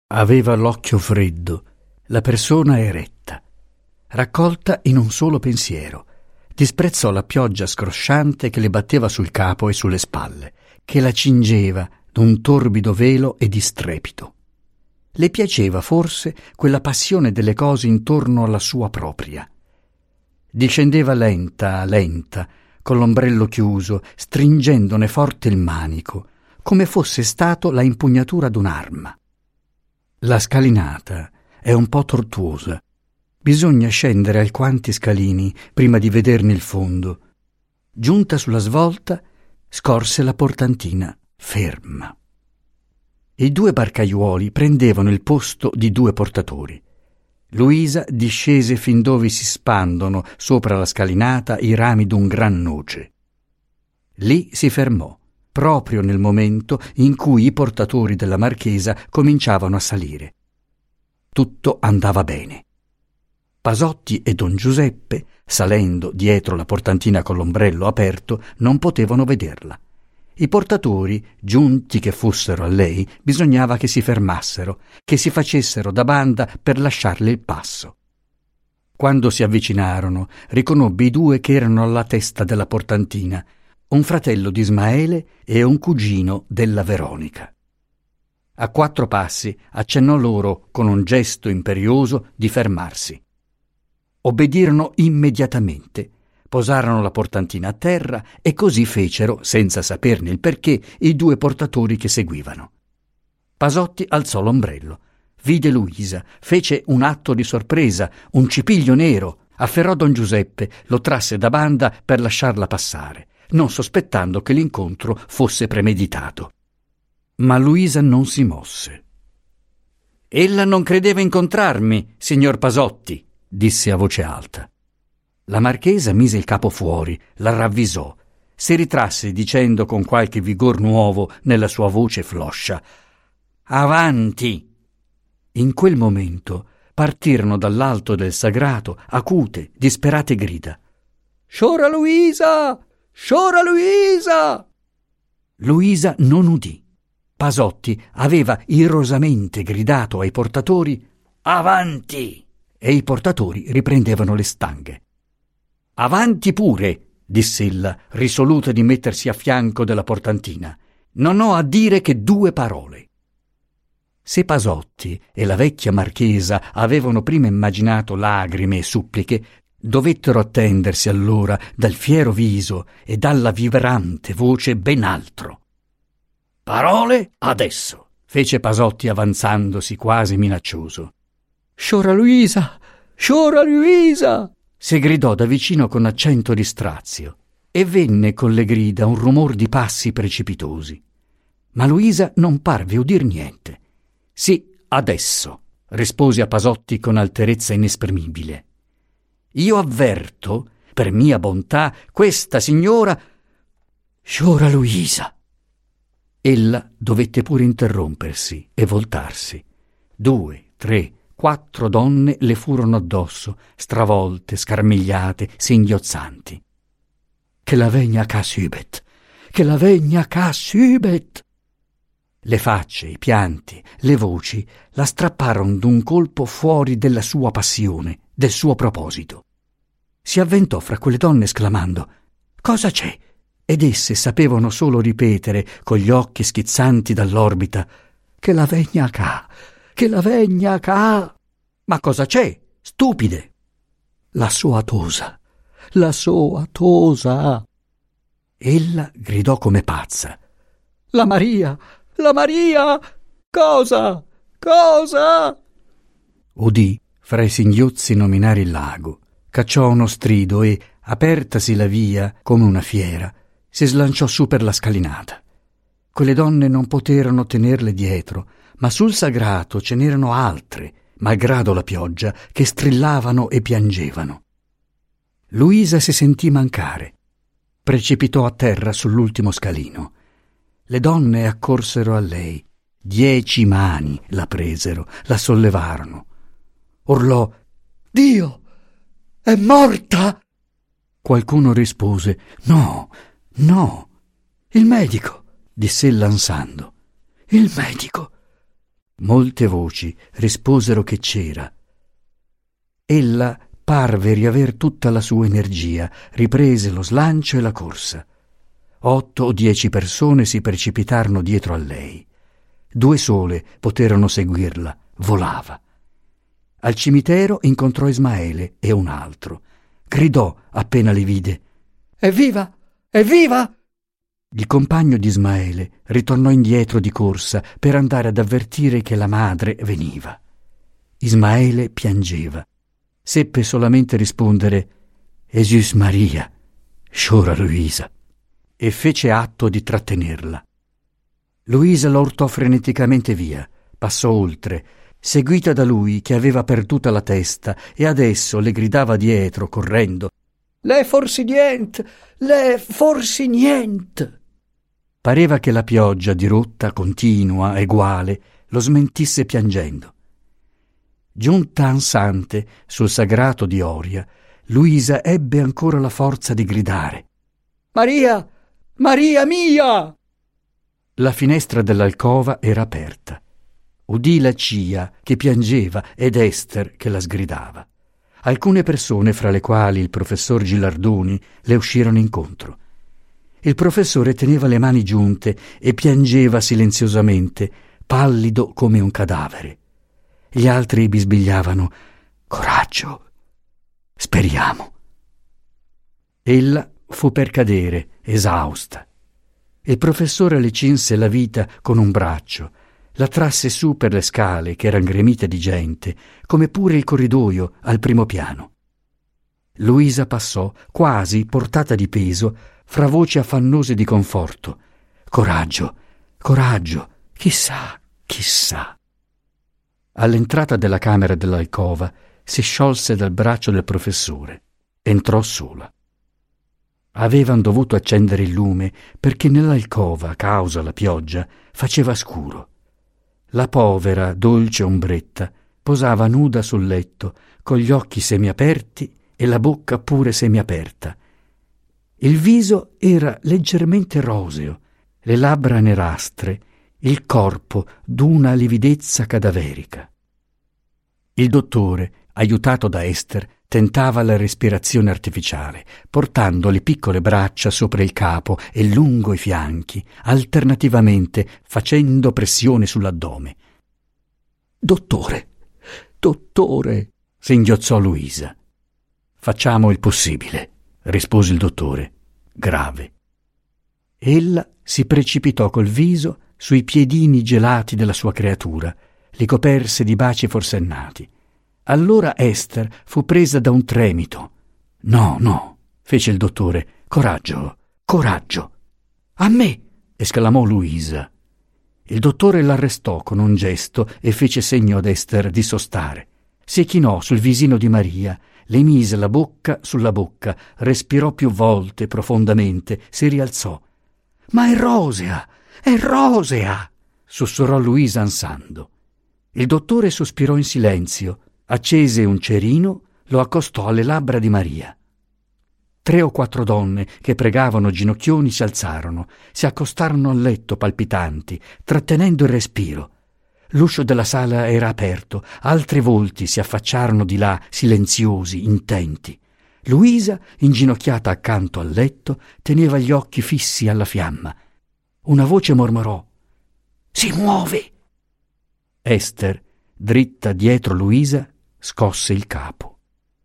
Aveva l'occhio freddo, la persona eretta, raccolta in un solo pensiero. Disprezzò la pioggia scrosciante che le batteva sul capo e sulle spalle, che la cingeva d'un torbido velo e di strepito. Le piaceva forse quella passione delle cose intorno alla sua propria. Discendeva lenta, lenta, con l'ombrello chiuso, stringendone forte il manico, come fosse stato la impugnatura d'un'arma. La scalinata è un po' tortuosa. Bisogna scendere alquanti scalini prima di vederne il fondo. Giunta sulla svolta, scorse la portantina, ferma. I 2 barcaiuoli prendevano il posto di 2 portatori. Luisa discese fin dove si spandono sopra la scalinata i rami d'un gran noce. Lì si fermò, proprio nel momento in cui i portatori della marchesa cominciavano a salire. Tutto andava bene. Pasotti e don Giuseppe, salendo dietro la portantina con l'ombrello aperto, non potevano vederla. I portatori, giunti che fossero a lei, bisognava che si fermassero, che si facessero da banda per lasciarle il passo. Quando si avvicinarono, riconobbe i 2 che erano alla testa della portantina, un fratello di Ismaele e un cugino della Veronica. A 4 passi accennò loro con un gesto imperioso di fermarsi. Obbedirono immediatamente, posarono la portantina a terra e così fecero, senza saperne il perché, i 2 portatori che seguivano. Pasotti alzò l'ombrello, vide Luisa, fece un atto di sorpresa, un cipiglio nero, afferrò don Giuseppe, lo trasse da banda per lasciarla passare, non sospettando che l'incontro fosse premeditato. Ma Luisa non si mosse. «Ella non credeva incontrarmi, signor Pasotti», disse a voce alta. La marchesa mise il capo fuori, la ravvisò, si ritrasse dicendo con qualche vigor nuovo nella sua voce floscia: «Avanti!» In quel momento partirono dall'alto del sagrato acute, disperate grida: «Sciora Luisa! Sciora Luisa!» Luisa non udì. Pasotti aveva irosamente gridato ai portatori: «Avanti!» e i portatori riprendevano le stanghe. «Avanti pure!» diss'ella, risoluta di mettersi a fianco della portantina. «Non ho a dire che 2 parole». Se Pasotti e la vecchia marchesa avevano prima immaginato lagrime e suppliche, dovettero attendersi allora dal fiero viso e dalla vibrante voce ben altro. «Parole adesso!» fece Pasotti avanzandosi quasi minaccioso. «Sciora Luisa! Sciora Luisa!» si gridò da vicino con accento di strazio, e venne con le grida un rumor di passi precipitosi. Ma Luisa non parve udir niente. «Sì, adesso», rispose a Pasotti con alterezza inesprimibile. «Io avverto, per mia bontà, questa signora...» «Sciora Luisa!» Ella dovette pure interrompersi e voltarsi. 2, 3, 4 donne le furono addosso, stravolte, scarmigliate, singhiozzanti. «Che la vegna ca subet! Che la vegna ca subet!» Le facce, i pianti, le voci la strapparono d'un colpo fuori della sua passione, del suo proposito. Si avventò fra quelle donne esclamando: «Cosa c'è?» Ed esse sapevano solo ripetere, con gli occhi schizzanti dall'orbita: «Che la vegna ca! Che la vegna ca!» «Ma cosa c'è? Stupide!» «La sua tosa! La sua tosa!» Ella gridò come pazza: «La Maria! La Maria! Cosa? Cosa?» Udì fra i singhiozzi nominare il lago, cacciò uno strido e, apertasi la via come una fiera, si slanciò su per la scalinata. Quelle donne non poterono tenerle dietro, ma sul sagrato ce n'erano altre, malgrado la pioggia, che strillavano e piangevano. Luisa si sentì mancare. Precipitò a terra sull'ultimo scalino. Le donne accorsero a lei. 10 mani la presero, la sollevarono. Urlò: «Dio! È morta!» Qualcuno rispose: «No, no, il medico», diss'ella ansando. «Il medico! Molte voci risposero che c'era. Ella parve riaver tutta la sua energia, riprese lo slancio e la corsa. 8 o 10 persone si precipitarono dietro a lei. 2 sole poterono seguirla, volava. Al cimitero incontrò Ismaele e un altro. Gridò appena li vide: «È viva! È viva!» Il compagno di Ismaele ritornò indietro di corsa per andare ad avvertire che la madre veniva. Ismaele piangeva. Seppe solamente rispondere: «Esus Maria, sciora Luisa», e fece atto di trattenerla. Luisa la urtò freneticamente via, passò oltre, seguita da lui che aveva perduta la testa e adesso le gridava dietro, correndo: «Le forsi nient! Le forsi nient!» Pareva che la pioggia dirotta, continua, eguale, lo smentisse piangendo. Giunta ansante sul sagrato di Oria, Luisa ebbe ancora la forza di gridare: «Maria! Maria mia!» La finestra dell'alcova era aperta. Udì la Cia che piangeva ed Ester che la sgridava. Alcune persone, fra le quali il professor Gilardoni, le uscirono incontro. Il professore teneva le mani giunte e piangeva silenziosamente, pallido come un cadavere. Gli altri bisbigliavano: «Coraggio, speriamo». Ella fu per cadere, esausta. Il professore le cinse la vita con un braccio, la trasse su per le scale che eran gremite di gente, come pure il corridoio al primo piano. Luisa passò, quasi portata di peso, fra voci affannose di conforto: «Coraggio, coraggio, chissà, chissà». All'entrata della camera dell'alcova si sciolse dal braccio del professore. Entrò sola. Avevan dovuto accendere il lume perché nell'alcova, a causa la pioggia, faceva scuro. La povera, dolce ombretta posava nuda sul letto, con gli occhi semiaperti e la bocca pure semiaperta. Il viso era leggermente roseo, le labbra nerastre, il corpo d'una lividezza cadaverica. Il dottore, aiutato da Ester, tentava la respirazione artificiale, portando le piccole braccia sopra il capo e lungo i fianchi, alternativamente facendo pressione sull'addome. «Dottore, dottore!» singhiozzò Luisa. «Facciamo il possibile», rispose il dottore, grave. Ella si precipitò col viso sui piedini gelati della sua creatura, li coperse di baci forsennati. Allora Ester fu presa da un tremito. «No, no», fece il dottore, «coraggio, coraggio». «A me!» esclamò Luisa. Il dottore l'arrestò con un gesto e fece segno ad Ester di sostare. Si chinò sul visino di Maria, le mise la bocca sulla bocca, respirò più volte profondamente, si rialzò. «Ma è rosea! È rosea!» sussurrò Luisa ansando. Il dottore sospirò in silenzio, accese un cerino, lo accostò alle labbra di Maria. 3 o 4 donne che pregavano ginocchioni si alzarono, si accostarono al letto palpitanti, trattenendo il respiro. L'uscio della sala era aperto, altri volti si affacciarono di là, silenziosi, intenti. Luisa, inginocchiata accanto al letto, teneva gli occhi fissi alla fiamma. Una voce mormorò: «Si muove!» Ester, dritta dietro Luisa, scosse il capo.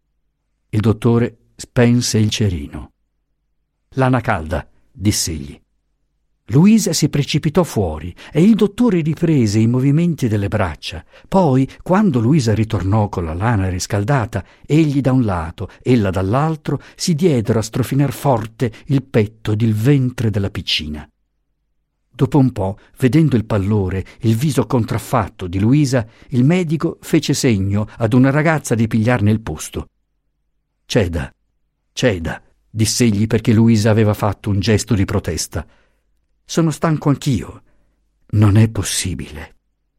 Il dottore spense il cerino. «Lana calda», diss'egli. Luisa si precipitò fuori e il dottore riprese i movimenti delle braccia. Poi, quando Luisa ritornò con la lana riscaldata, egli da un lato, ella dall'altro, si diedero a strofinar forte il petto ed il ventre della piccina. Dopo un po', vedendo il pallore, il viso contraffatto di Luisa, il medico fece segno ad una ragazza di pigliarne il posto. «Ceda, ceda», diss'egli perché Luisa aveva fatto un gesto di protesta. «Sono stanco anch'io. Non è possibile».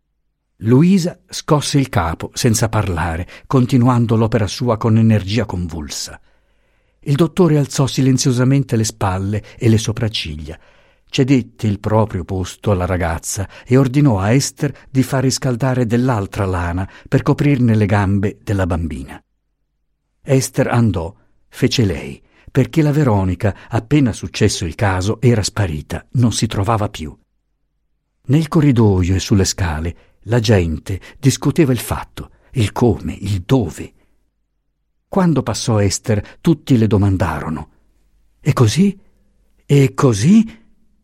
Luisa scosse il capo senza parlare, continuando l'opera sua con energia convulsa. Il dottore alzò silenziosamente le spalle e le sopracciglia. Cedette il proprio posto alla ragazza e ordinò a Ester di far riscaldare dell'altra lana per coprirne le gambe della bambina. Ester andò, fece lei, perché la Veronica, appena successo il caso, era sparita, non si trovava più. Nel corridoio e sulle scale la gente discuteva il fatto, il come, il dove. Quando passò Ester, tutti le domandarono: «E così? E così?»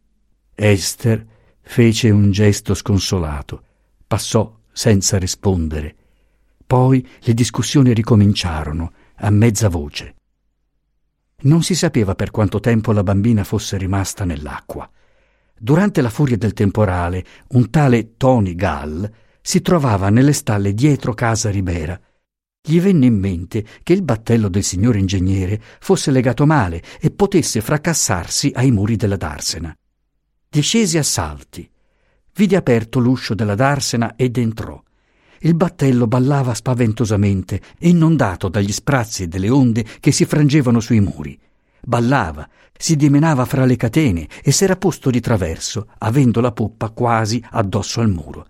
Ester fece un gesto sconsolato, passò senza rispondere. Poi le discussioni ricominciarono a mezza voce. Non si sapeva per quanto tempo la bambina fosse rimasta nell'acqua. Durante la furia del temporale, un tale Tony Gall si trovava nelle stalle dietro casa Ribera. Gli venne in mente che il battello del signor ingegnere fosse legato male e potesse fracassarsi ai muri della darsena. Discese a salti, vide aperto l'uscio della darsena ed entrò. Il battello ballava spaventosamente, inondato dagli sprazzi delle onde che si frangevano sui muri. Ballava, si dimenava fra le catene e s'era posto di traverso, avendo la poppa quasi addosso al muro.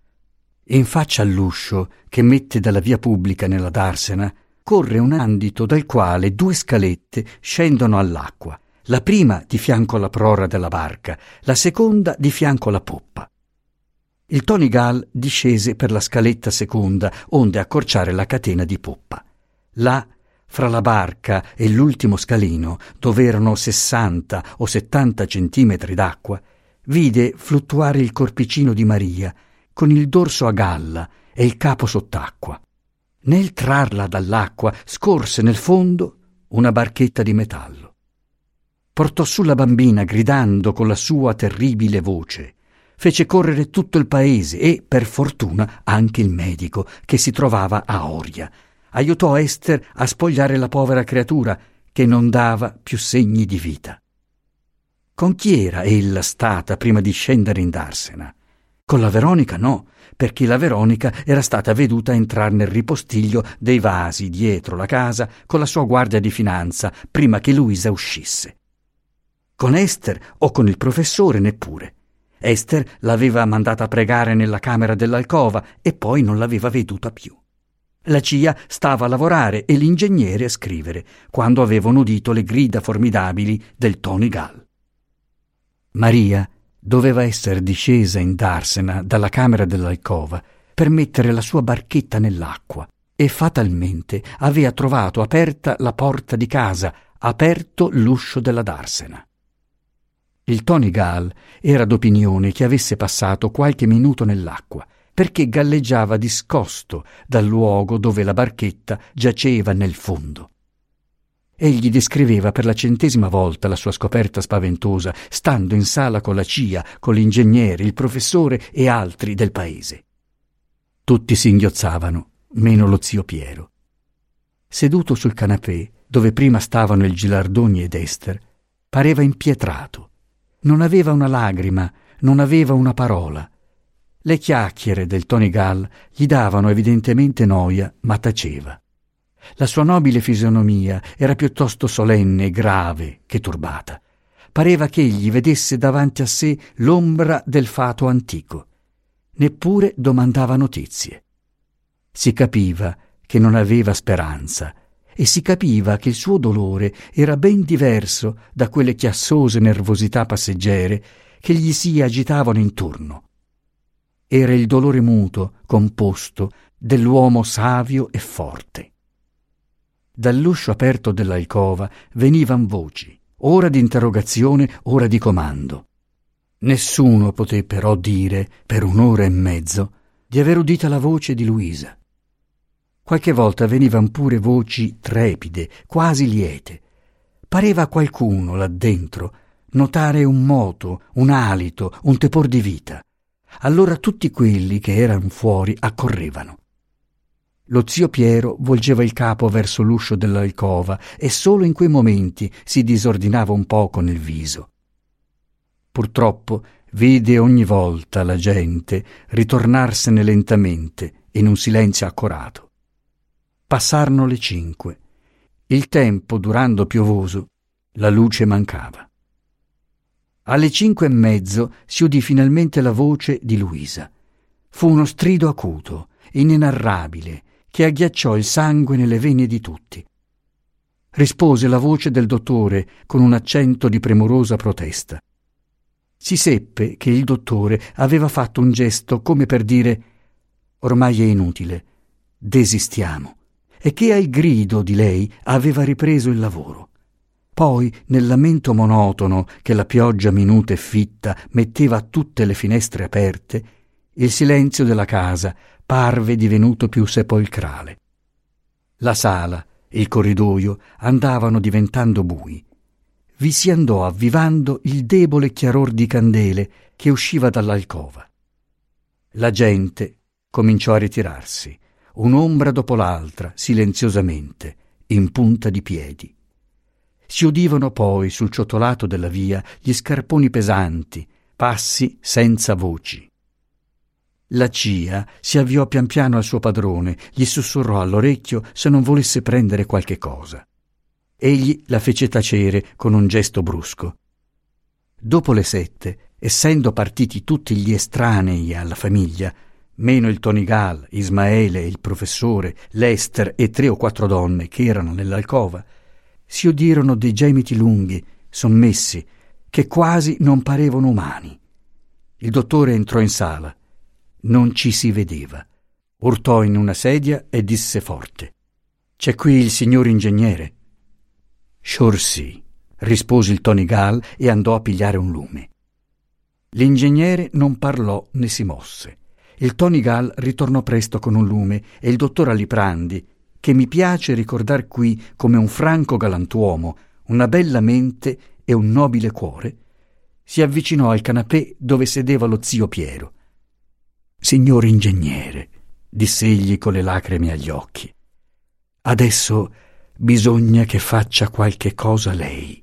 In faccia all'uscio che mette dalla via pubblica nella darsena corre un andito dal quale 2 scalette scendono all'acqua. La prima di fianco alla prora della barca, la seconda di fianco alla poppa. Il Tony Gall discese per la scaletta seconda, onde accorciare la catena di poppa. Là, fra la barca e l'ultimo scalino, dove erano 60 o 70 centimetri d'acqua, vide fluttuare il corpicino di Maria, con il dorso a galla e il capo sott'acqua. Nel trarla dall'acqua scorse nel fondo una barchetta di metallo. Portò su la bambina gridando con la sua terribile voce. Fece correre tutto il paese e, per fortuna, anche il medico, che si trovava a Oria. Aiutò Ester a spogliare la povera creatura, che non dava più segni di vita. Con chi era ella stata prima di scendere in darsena? Con la Veronica no, perché la Veronica era stata veduta entrare nel ripostiglio dei vasi dietro la casa con la sua guardia di finanza prima che Luisa uscisse. Con Ester o con il professore neppure. Ester l'aveva mandata a pregare nella camera dell'alcova e poi non l'aveva veduta più. La CIA stava a lavorare e l'ingegnere a scrivere, quando avevano udito le grida formidabili del Tony Gall. Maria doveva essere discesa in darsena dalla camera dell'alcova per mettere la sua barchetta nell'acqua e fatalmente aveva trovato aperta la porta di casa, aperto l'uscio della darsena. Il Tony Gall era d'opinione che avesse passato qualche minuto nell'acqua, perché galleggiava discosto dal luogo dove la barchetta giaceva nel fondo. Egli descriveva per la 100ª volta la sua scoperta spaventosa, stando in sala con la CIA, con l'ingegnere, il professore e altri del paese. Tutti singhiozzavano, meno lo zio Piero. Seduto sul canapè, dove prima stavano il Gilardoni ed Ester, pareva impietrato. Non aveva una lagrima, non aveva una parola. Le chiacchiere del Tony Gall gli davano evidentemente noia, ma taceva. La sua nobile fisionomia era piuttosto solenne e grave che turbata. Pareva che egli vedesse davanti a sé l'ombra del fato antico. Neppure domandava notizie. Si capiva che non aveva speranza e si capiva che il suo dolore era ben diverso da quelle chiassose nervosità passeggere che gli si agitavano intorno. Era il dolore muto, composto, dell'uomo savio e forte. Dall'uscio aperto dell'alcova venivan voci, ora di interrogazione, ora di comando. Nessuno poté però dire, per 1 ora e mezzo, di aver udita la voce di Luisa. Qualche volta venivan pure voci trepide, quasi liete. Pareva a qualcuno là dentro notare un moto, un alito, un tepor di vita. Allora tutti quelli che erano fuori accorrevano. Lo zio Piero volgeva il capo verso l'uscio dell'alcova e solo in quei momenti si disordinava un po' con il viso. Purtroppo vide ogni volta la gente ritornarsene lentamente in un silenzio accorato. Passarono le 5. Il tempo durando piovoso, la luce mancava. Alle 5:30 si udì finalmente la voce di Luisa. Fu uno strido acuto, inenarrabile, che agghiacciò il sangue nelle vene di tutti. Rispose la voce del dottore con un accento di premurosa protesta. Si seppe che il dottore aveva fatto un gesto come per dire «Ormai è inutile, desistiamo», e che al grido di lei aveva ripreso il lavoro. Poi, nel lamento monotono che la pioggia minuta e fitta metteva a tutte le finestre aperte, il silenzio della casa parve divenuto più sepolcrale. La sala, il corridoio andavano diventando bui. Vi si andò avvivando il debole chiaror di candele che usciva dall'alcova. La gente cominciò a ritirarsi, un'ombra dopo l'altra, silenziosamente, in punta di piedi. Si udivano poi sul ciottolato della via gli scarponi pesanti, passi senza voci. La cia si avviò pian piano al suo padrone, gli sussurrò all'orecchio se non volesse prendere qualche cosa. Egli la fece tacere con un gesto brusco. Dopo le 7, essendo partiti tutti gli estranei alla famiglia, meno il Tonigal, Ismaele, il professore, Lester e 3 o 4 donne che erano nell'alcova, si udirono dei gemiti lunghi, sommessi, che quasi non parevano umani. Il dottore entrò in sala. Non ci si vedeva. Urtò in una sedia e disse forte: «C'è qui il signor ingegnere?» «Sure sì», rispose il Tonigal e andò a pigliare un lume. L'ingegnere non parlò né si mosse. Il Tonigal ritornò presto con un lume e il dottor Aliprandi, che mi piace ricordar qui come un franco galantuomo, una bella mente e un nobile cuore, si avvicinò al canapè dove sedeva lo zio Piero. «Signor ingegnere», diss'egli con le lacrime agli occhi, «adesso bisogna che faccia qualche cosa lei».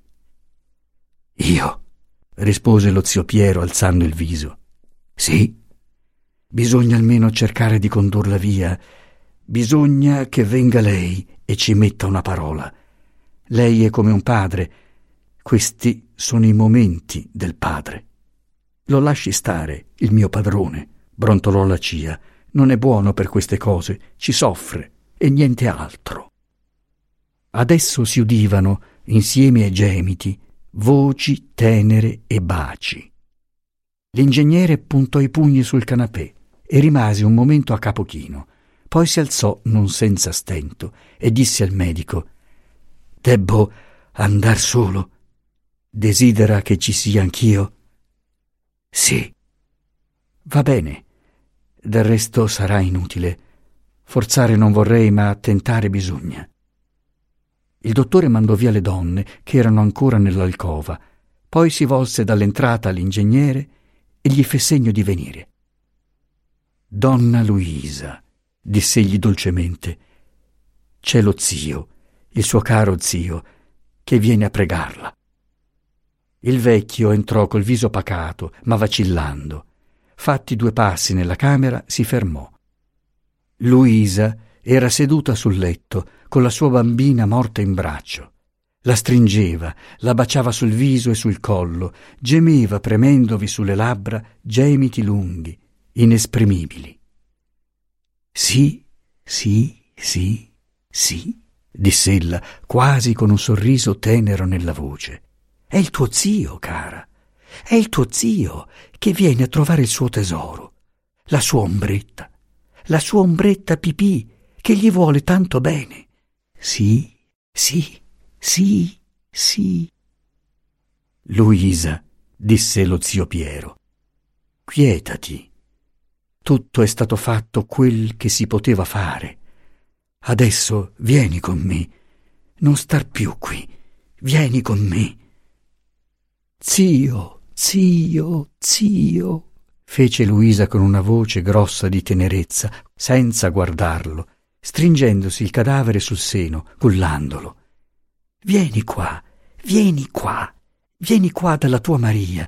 «Io?» rispose lo zio Piero alzando il viso. «Sì, bisogna almeno cercare di condurla via. Bisogna che venga lei e ci metta una parola. Lei è come un padre. Questi sono i momenti del padre». «Lo lasci stare, il mio padrone», brontolò la cia. «Non è buono per queste cose, ci soffre e niente altro». Adesso si udivano, insieme ai gemiti, voci tenere e baci. L'ingegnere puntò i pugni sul canapè e rimase un momento a capo chino. Poi si alzò non senza stento e disse al medico: «Debbo andar solo? Desidera che ci sia anch'io?» «Sì». «Va bene. Del resto sarà inutile. Forzare non vorrei, ma tentare bisogna». Il dottore mandò via le donne che erano ancora nell'alcova, poi si volse dall'entrata all'ingegnere e gli fe segno di venire. «Donna Luisa», diss'egli dolcemente, «c'è lo zio, il suo caro zio, che viene a pregarla». Il vecchio entrò col viso pacato, ma vacillando. Fatti 2 passi nella camera, si fermò. Luisa era seduta sul letto, con la sua bambina morta in braccio. La stringeva, la baciava sul viso e sul collo, gemeva premendovi sulle labbra gemiti lunghi, inesprimibili. «Sì, sì, sì, sì», diss'ella, quasi con un sorriso tenero nella voce. «È il tuo zio, cara. È il tuo zio che viene a trovare il suo tesoro, la sua ombretta Pipì, che gli vuole tanto bene. Sì, sì, sì, sì». «Luisa», disse lo zio Piero, «quietati. Tutto è stato fatto quel che si poteva fare. Adesso vieni con me. Non star più qui. Vieni con me». «Zio, zio, zio», fece Luisa con una voce grossa di tenerezza, senza guardarlo, stringendosi il cadavere sul seno, cullandolo. «Vieni qua, vieni qua, vieni qua dalla tua Maria,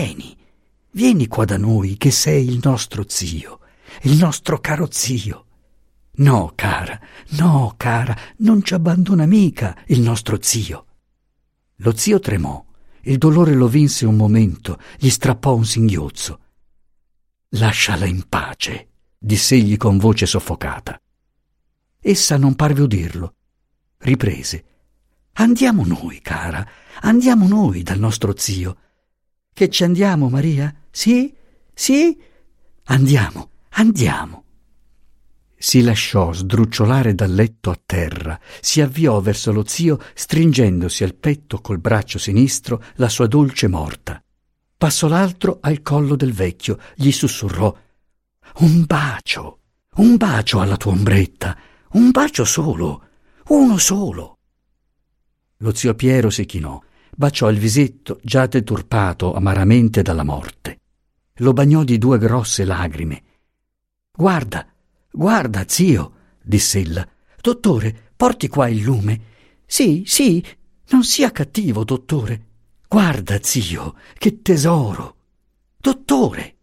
vieni qua da noi che sei il nostro zio, il nostro caro zio. No, cara, non ci abbandona mica il nostro zio». Lo zio tremò, Il dolore lo vinse un momento, gli strappò un singhiozzo. «Lasciala in pace», diss'egli con voce soffocata. Essa non parve udirlo. Riprese. «Andiamo noi, cara, andiamo noi dal nostro zio». «Che ci andiamo, Maria? Sì? Sì? Andiamo, andiamo». Si lasciò sdrucciolare dal letto a terra, si avviò verso lo zio stringendosi al petto col braccio sinistro la sua dolce morta. Passò l'altro al collo del vecchio, gli sussurrò: un bacio alla tua ombretta, un bacio solo, uno solo». Lo zio Piero si chinò, baciò il visetto già deturpato amaramente dalla morte. Lo bagnò di 2 grosse lagrime. «Guarda, guarda, zio», diss'ella. «Dottore, porti qua il lume». «Sì, sì, non sia cattivo, dottore». «Guarda, zio, che tesoro». «Dottore».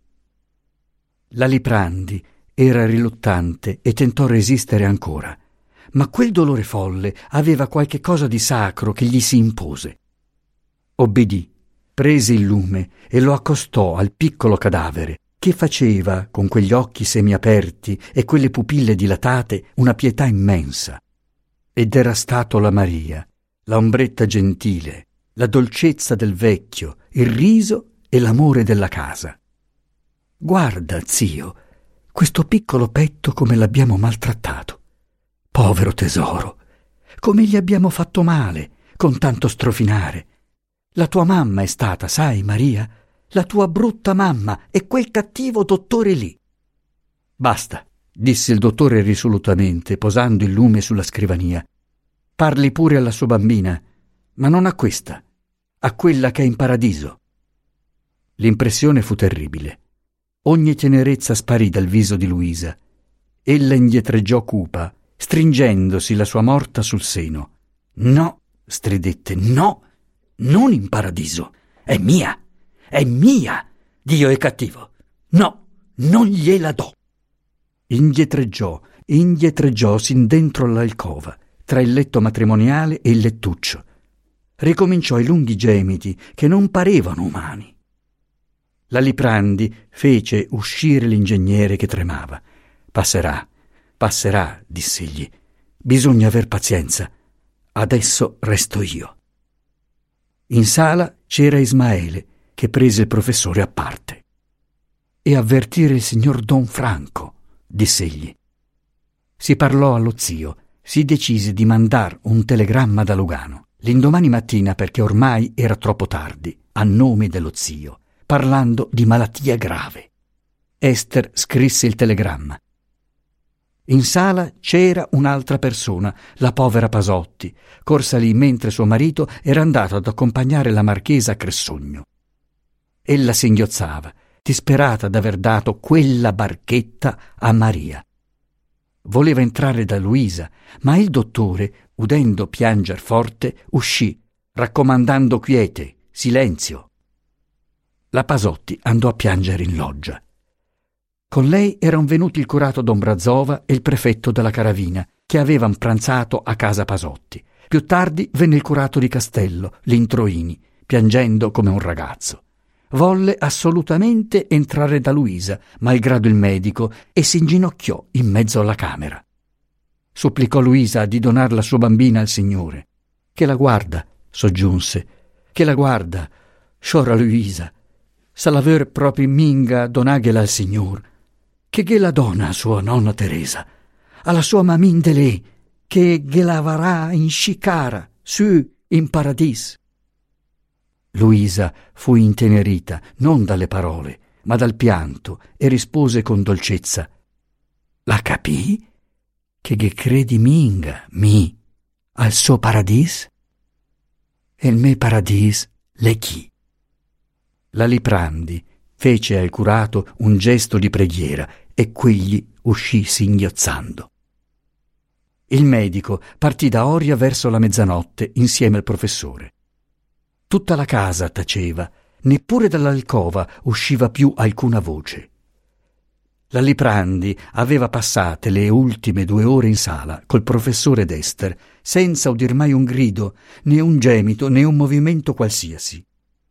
La Liprandi era riluttante e tentò resistere ancora, ma quel dolore folle aveva qualche cosa di sacro che gli si impose. Obbedì, prese il lume e lo accostò al piccolo cadavere, che faceva, con quegli occhi semiaperti e quelle pupille dilatate, una pietà immensa. Ed era stato la Maria, la ombretta gentile, la dolcezza del vecchio, il riso e l'amore della casa. «Guarda, zio, questo piccolo petto come l'abbiamo maltrattato. Povero tesoro, come gli abbiamo fatto male con tanto strofinare. La tua mamma è stata, sai, Maria? La tua brutta mamma e quel cattivo dottore lì». «Basta», disse il dottore risolutamente, posando il lume sulla scrivania. «Parli pure alla sua bambina, ma non a questa, a quella che è in paradiso». L'impressione fu terribile. Ogni tenerezza sparì dal viso di Luisa. Ella indietreggiò cupa, stringendosi la sua morta sul seno. «No», stridette, «no, non in paradiso. È mia, è mia. Dio è cattivo. No, non gliela do». Indietreggiò sin dentro l'alcova, tra il letto matrimoniale e il lettuccio. Ricominciò i lunghi gemiti che non parevano umani. La Liprandi fece uscire l'ingegnere che tremava. Passerà, diss'egli. «Bisogna aver pazienza. Adesso resto io». In sala c'era Ismaele, che prese il professore a parte. «E avvertire il signor Don Franco», diss'egli. Si parlò allo zio, si decise di mandar un telegramma da Lugano, l'indomani mattina perché ormai era troppo tardi, a nome dello zio, parlando di malattia grave. Ester scrisse il telegramma. In sala c'era un'altra persona, la povera Pasotti, corsa lì mentre suo marito era andato ad accompagnare la marchesa a Cressogno. Ella singhiozzava, disperata d'aver dato quella barchetta a Maria. Voleva entrare da Luisa, ma il dottore, udendo pianger forte, uscì, raccomandando quiete, silenzio. La Pasotti andò a piangere in loggia. Con lei erano venuti il curato Don Brazzova e il prefetto della Caravina, che avevano pranzato a casa Pasotti. Più tardi venne il curato di Castello, Lintroini, piangendo come un ragazzo. Volle assolutamente entrare da Luisa, malgrado il medico, e si inginocchiò in mezzo alla camera. Supplicò Luisa di donar la sua bambina al Signore. «Che la guarda», soggiunse, «che la guarda, sciora Luisa, sa l'aver proprio minga donaghela al Signor, che la dona a sua nonna Teresa, alla sua mamin de lei, che la varà in scicara, su, in paradis». Luisa fu intenerita non dalle parole, ma dal pianto, e rispose con dolcezza: «La capì? Che credi minga, mi, al suo paradis? E il me paradis le chi?» La Liprandi fece al curato un gesto di preghiera e quegli uscì singhiozzando. Il medico partì da Oria verso la mezzanotte insieme al professore. Tutta la casa taceva, neppure dall'alcova usciva più alcuna voce. La Liprandi aveva passate le ultime 2 ore in sala col professore Dester, senza udir mai un grido, né un gemito, né un movimento qualsiasi.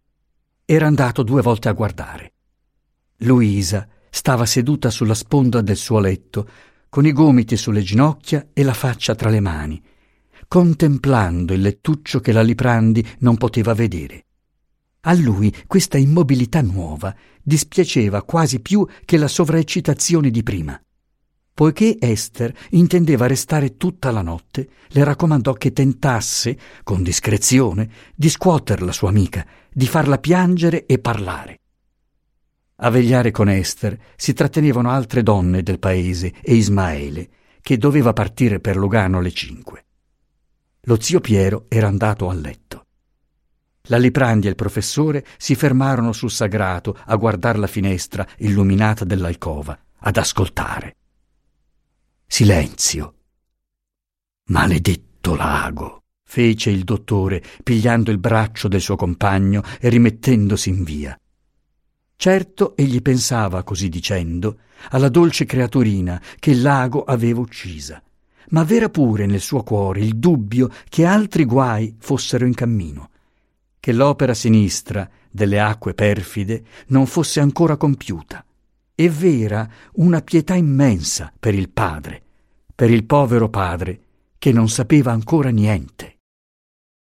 era andato 2 volte a guardare. Luisa stava seduta sulla sponda del suo letto, con i gomiti sulle ginocchia e la faccia tra le mani, contemplando il lettuccio che la Liprandi non poteva vedere. A lui questa immobilità nuova dispiaceva quasi più che la sovraeccitazione di prima. Poiché Ester intendeva restare tutta la notte, le raccomandò che tentasse, con discrezione, di scuoter la sua amica, di farla piangere e parlare. A vegliare con Ester si trattenevano altre donne del paese e Ismaele, che doveva partire per Lugano alle 5. Lo zio Piero era andato a letto. La Liprandi e il professore si fermarono sul sagrato a guardar la finestra illuminata dell'alcova, ad ascoltare. Silenzio. Maledetto lago, fece il dottore, pigliando il braccio del suo compagno e rimettendosi in via. Certo, egli pensava, così dicendo, alla dolce creaturina che il lago aveva uccisa, ma v'era pure nel suo cuore il dubbio che altri guai fossero in cammino, che l'opera sinistra delle acque perfide non fosse ancora compiuta, e v'era una pietà immensa per il padre, per il povero padre che non sapeva ancora niente.